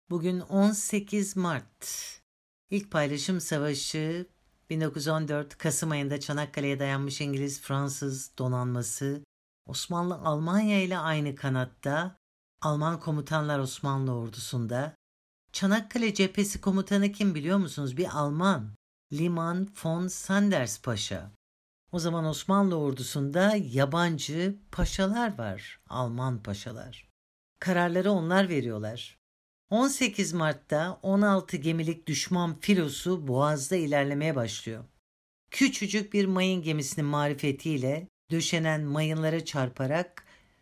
Bugün 18 Mart. İlk paylaşım savaşı 1914 Kasım ayında Çanakkale'ye dayanmış İngiliz-Fransız donanması, Osmanlı-Almanya ile aynı kanatta, Alman komutanlar Osmanlı ordusunda. Çanakkale cephesi komutanı kim biliyor musunuz? Bir Alman, Liman von Sanders Paşa. O zaman Osmanlı ordusunda yabancı paşalar var, Alman paşalar. Kararları onlar veriyorlar. 18 Mart'ta 16 gemilik düşman filosu Boğaz'da ilerlemeye başlıyor. Küçücük bir mayın gemisinin marifetiyle döşenen mayınlara çarparak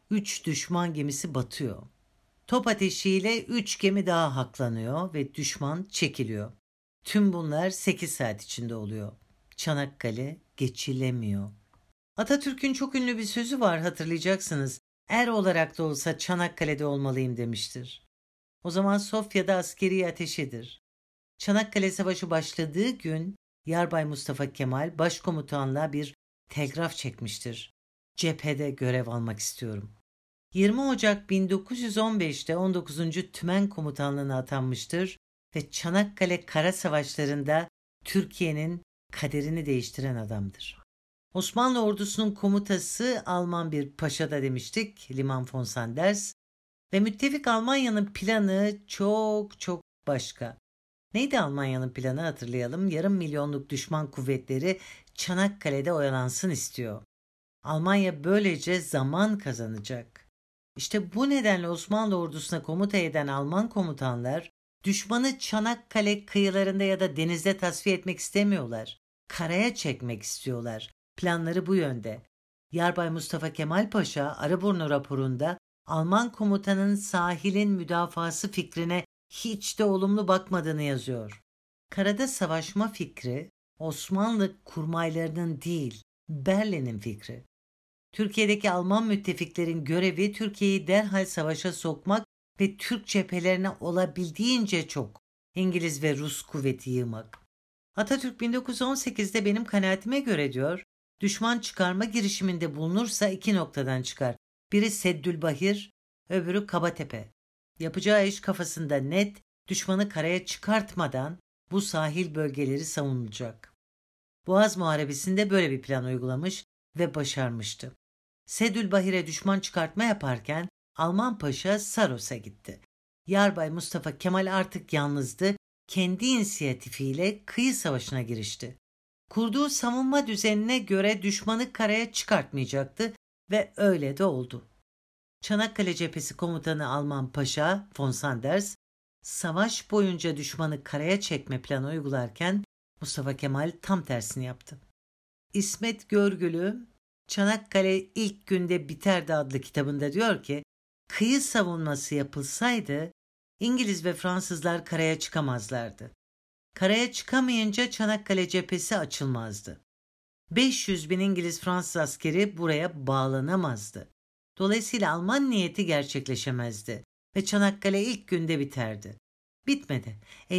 3 düşman gemisi batıyor. Top ateşiyle 3 gemi daha haklanıyor ve düşman çekiliyor. Tüm bunlar 8 saat içinde oluyor. Çanakkale geçilemiyor. Atatürk'ün çok ünlü bir sözü var, hatırlayacaksınız. Er olarak da olsa Çanakkale'de olmalıyım demiştir. O zaman Sofya'da askeri ateşidir. Çanakkale Savaşı başladığı gün Yarbay Mustafa Kemal başkomutanlığa bir telgraf çekmiştir. Cephede görev almak istiyorum. 20 Ocak 1915'te 19. Tümen Komutanlığı'na atanmıştır ve Çanakkale Kara Savaşları'nda Türkiye'nin kaderini değiştiren adamdır. Osmanlı ordusunun komutası Alman bir paşa da demiştik, Liman von Sanders. Ve müttefik Almanya'nın planı çok başka. Neydi Almanya'nın planı, hatırlayalım. Yarım milyonluk düşman kuvvetleri Çanakkale'de oyalansın istiyor. Almanya böylece zaman kazanacak. İşte bu nedenle Osmanlı ordusuna komuta eden Alman komutanlar düşmanı Çanakkale kıyılarında ya da denizde tasfiye etmek istemiyorlar. Karaya çekmek istiyorlar. Planları bu yönde. Yarbay Mustafa Kemal Paşa Arıburnu raporunda Alman komutanın sahilin müdafası fikrine hiç de olumlu bakmadığını yazıyor. Karada savaşma fikri Osmanlı kurmaylarının değil, Berlin'in fikri. Türkiye'deki Alman müttefiklerin görevi Türkiye'yi derhal savaşa sokmak ve Türk cephelerine olabildiğince çok İngiliz ve Rus kuvveti yığmak. Atatürk 1918'de benim kanaatime göre diyor, düşman çıkarma girişiminde bulunursa 2 noktadan çıkar. Biri Seddülbahir, öbürü Kabatepe. Yapacağı iş kafasında net, düşmanı karaya çıkartmadan bu sahil bölgeleri savunulacak. Boğaz Muharebesi'nde böyle bir plan uygulamış ve başarmıştı. Seddülbahir'e düşman çıkartma yaparken Alman Paşa Saros'a gitti. Yarbay Mustafa Kemal artık yalnızdı, kendi inisiyatifiyle kıyı savaşına girişti. Kurduğu savunma düzenine göre düşmanı karaya çıkartmayacaktı ve öyle de oldu. Çanakkale Cephesi Komutanı Alman Paşa von Sanders, savaş boyunca düşmanı karaya çekme planı uygularken Mustafa Kemal tam tersini yaptı. İsmet Görgülü, Çanakkale ilk günde biterdi adlı kitabında diyor ki, kıyı savunması yapılsaydı İngiliz ve Fransızlar karaya çıkamazlardı. Karaya çıkamayınca Çanakkale cephesi açılmazdı. 500 bin İngiliz-Fransız askeri buraya bağlanamazdı. Dolayısıyla Alman niyeti gerçekleşemezdi ve Çanakkale ilk günde biterdi. Bitmedi.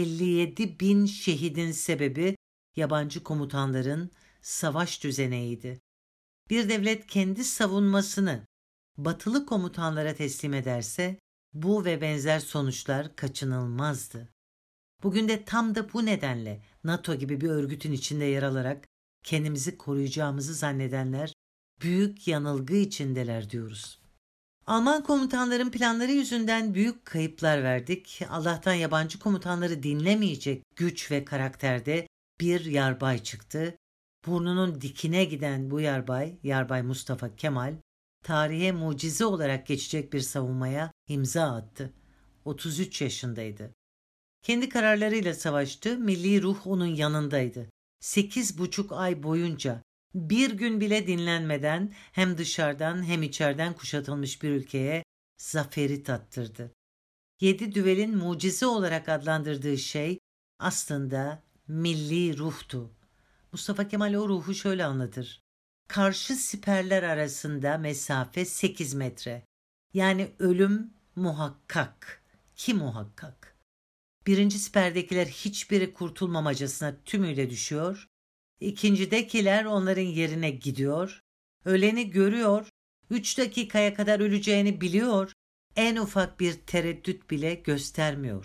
57 bin şehidin sebebi yabancı komutanların savaş düzeniydi. Bir devlet kendi savunmasını batılı komutanlara teslim ederse bu ve benzer sonuçlar kaçınılmazdı. Bugün de tam da bu nedenle NATO gibi bir örgütün içinde yer alarak kendimizi koruyacağımızı zannedenler büyük yanılgı içindeler diyoruz. Alman komutanların planları yüzünden büyük kayıplar verdik. Allah'tan yabancı komutanları dinlemeyecek güç ve karakterde bir yarbay çıktı. Burnunun dikine giden bu yarbay, Yarbay Mustafa Kemal, tarihe mucize olarak geçecek bir savunmaya imza attı. 33 yaşındaydı. Kendi kararlarıyla savaştı, milli ruh onun yanındaydı. 8,5 ay boyunca bir gün bile dinlenmeden hem dışarıdan hem içeriden kuşatılmış bir ülkeye zaferi tattırdı. 7 düvelin mucize olarak adlandırdığı şey aslında milli ruhtu. Mustafa Kemal o ruhu şöyle anlatır. Karşı siperler arasında mesafe 8 metre. Yani ölüm muhakkak. Ki muhakkak? Birinci siperdekiler hiçbiri kurtulmamacasına tümüyle düşüyor. İkincidekiler onların yerine gidiyor. Öleni görüyor. 3 dakikaya kadar öleceğini biliyor. En ufak bir tereddüt bile göstermiyor.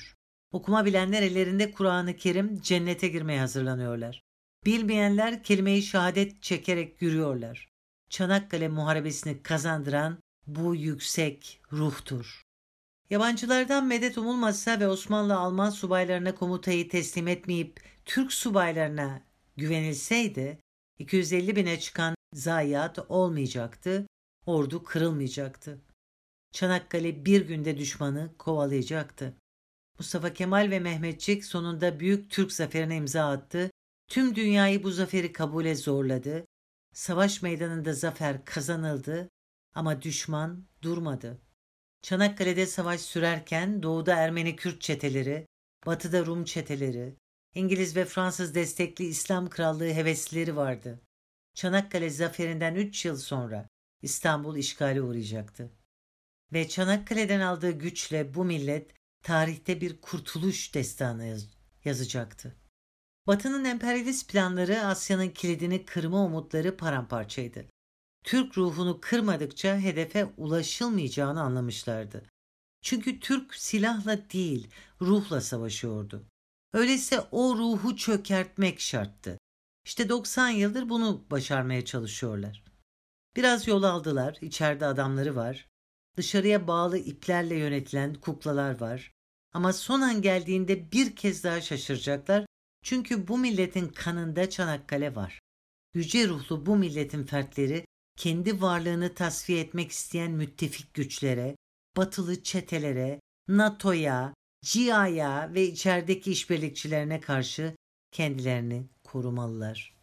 Okuma bilenler ellerinde Kur'an-ı Kerim cennete girmeye hazırlanıyorlar. Bilmeyenler kelime-i şehadet çekerek yürüyorlar. Çanakkale Muharebesi'ni kazandıran bu yüksek ruhtur. Yabancılardan medet umulmasa ve Osmanlı-Alman subaylarına komutayı teslim etmeyip Türk subaylarına güvenilseydi 250 bine çıkan zayiat olmayacaktı, ordu kırılmayacaktı. Çanakkale bir günde düşmanı kovalayacaktı. Mustafa Kemal ve Mehmetçik sonunda büyük Türk zaferine imza attı. Tüm dünyayı bu zaferi kabule zorladı. Savaş meydanında zafer kazanıldı ama düşman durmadı. Çanakkale'de savaş sürerken doğuda Ermeni Kürt çeteleri, batıda Rum çeteleri, İngiliz ve Fransız destekli İslam Krallığı heveslileri vardı. Çanakkale zaferinden 3 yıl sonra İstanbul işgale uğrayacaktı. Ve Çanakkale'den aldığı güçle bu millet tarihte bir kurtuluş destanı yazacaktı. Batı'nın emperyalist planları Asya'nın kilidini kırma umutları paramparçaydı. Türk ruhunu kırmadıkça hedefe ulaşılmayacağını anlamışlardı. Çünkü Türk silahla değil, ruhla savaşıyordu. Öyleyse o ruhu çökertmek şarttı. İşte 90 yıldır bunu başarmaya çalışıyorlar. Biraz yol aldılar, içeride adamları var. Dışarıya bağlı iplerle yönetilen kuklalar var. Ama son an geldiğinde bir kez daha şaşıracaklar. Çünkü bu milletin kanında Çanakkale var. Yüce ruhlu bu milletin fertleri kendi varlığını tasfiye etmek isteyen müttefik güçlere, batılı çetelere, NATO'ya, CİA'ya ve içerideki işbirlikçilerine karşı kendilerini korumalılar.